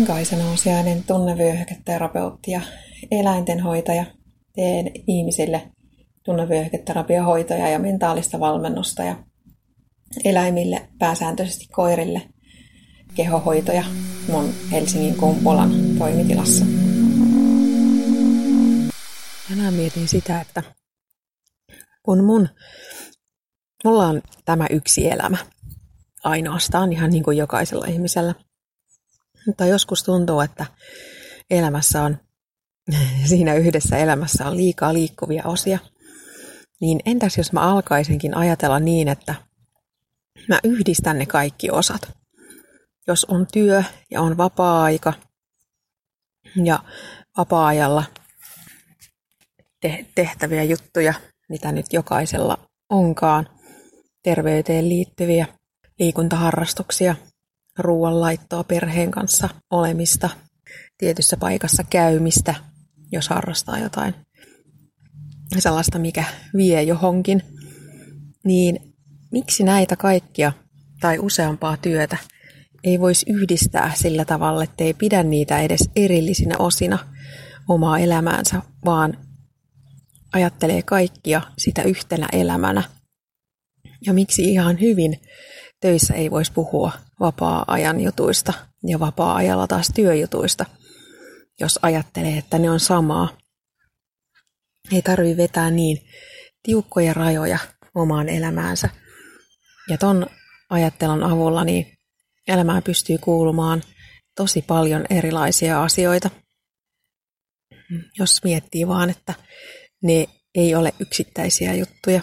Kaisa Nousiainen, tunnevyöhyketerapeutti ja eläintenhoitaja. Teen ihmisille tunnevyöhyketerapiahoitoja ja mentaalista valmennusta ja eläimille, pääsääntöisesti koirille, kehohoitoja mun Helsingin Kumpulan toimitilassa. Tänään mietin sitä, että kun mulla on tämä yksi elämä ainoastaan ihan niin kuin jokaisella ihmisellä. Mutta joskus tuntuu, että siinä yhdessä elämässä on liikaa liikkuvia osia. Niin entäs jos mä alkaisinkin ajatella niin, että mä yhdistän ne kaikki osat. Jos on työ ja on vapaa-aika ja vapaa-ajalla tehtäviä juttuja, mitä nyt jokaisella onkaan, terveyteen liittyviä liikuntaharrastuksia, ruoanlaittoa, perheen kanssa olemista, tietyssä paikassa käymistä, jos harrastaa jotain sellaista, mikä vie johonkin, niin miksi näitä kaikkia tai useampaa työtä ei voisi yhdistää sillä tavalla, että ei pidä niitä edes erillisinä osina omaa elämäänsä, vaan ajattelee kaikkia sitä yhtenä elämänä. Ja miksi ihan hyvin töissä ei voisi puhua vapaa-ajan jutuista ja vapaa-ajalla taas työjutuista, jos ajattelee, että ne on samaa. Ei tarvitse vetää niin tiukkoja rajoja omaan elämäänsä. Ja ton ajattelun avulla niin elämään pystyy kuulumaan tosi paljon erilaisia asioita. Jos miettii vaan, että ne ei ole yksittäisiä juttuja.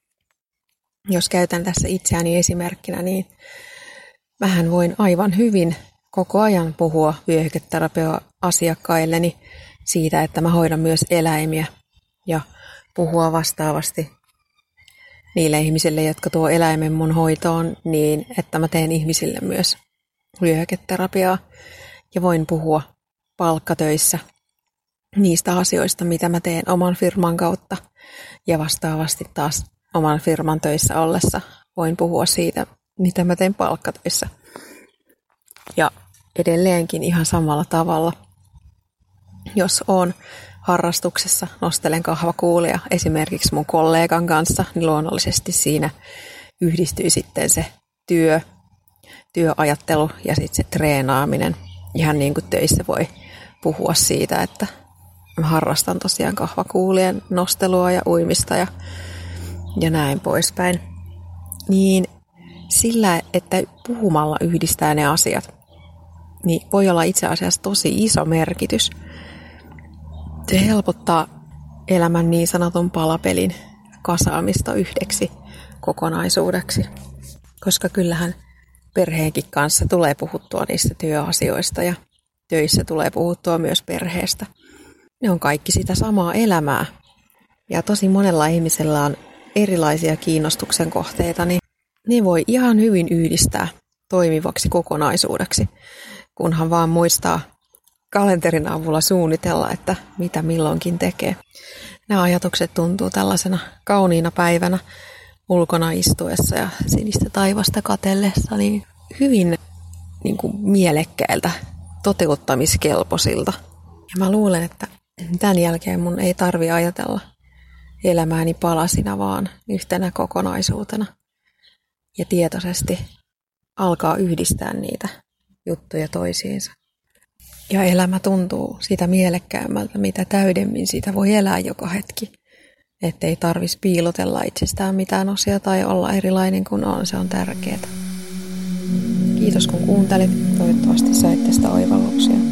Jos käytän tässä itseäni esimerkkinä, niin mähän voin aivan hyvin koko ajan puhua vyöhyketerapia-asiakkailleni siitä, että mä hoidan myös eläimiä ja puhua vastaavasti niille ihmisille, jotka tuo eläimen mun hoitoon, niin että mä teen ihmisille myös vyöhyketerapiaa ja voin puhua palkkatöissä niistä asioista, mitä mä teen oman firman kautta ja vastaavasti taas oman firman töissä ollessa voin puhua siitä, mitä mä teen palkkatöissä. Ja edelleenkin ihan samalla tavalla, jos on harrastuksessa, nostelen kahvakuulia esimerkiksi mun kollegan kanssa, niin luonnollisesti siinä yhdistyy sitten se työajattelu ja sitten se treenaaminen. Ihan niin kuin töissä voi puhua siitä, että mä harrastan tosiaan kahvakuulien nostelua ja uimista ja näin poispäin. Niin sillä, että puhumalla yhdistää ne asiat, niin voi olla itse asiassa tosi iso merkitys. Se helpottaa elämän niin sanotun palapelin kasaamista yhdeksi kokonaisuudeksi. Koska kyllähän perheenkin kanssa tulee puhuttua niistä työasioista ja töissä tulee puhuttua myös perheestä. Ne on kaikki sitä samaa elämää. Ja tosi monella ihmisellä on erilaisia kiinnostuksen kohteita, niin ne voi ihan hyvin yhdistää toimivaksi kokonaisuudeksi, kunhan vaan muistaa kalenterin avulla suunnitella, että mitä milloinkin tekee. Nämä ajatukset tuntuu tällaisena kauniina päivänä ulkona istuessa ja sinistä taivasta katsellessa niin hyvin niin kuin mielekkäiltä, toteuttamiskelpoisilta. Ja mä luulen, että tämän jälkeen mun ei tarvitse ajatella elämääni palasina, vaan yhtenä kokonaisuutena. Ja tietoisesti alkaa yhdistää niitä juttuja toisiinsa. Ja elämä tuntuu sitä mielekkäämmältä, mitä täydemmin sitä voi elää joka hetki. Ettei tarvitsisi piilotella itsestään mitään osia tai olla erilainen kuin on, se on tärkeää. Kiitos kun kuuntelit, toivottavasti sait tästä oivalluksia.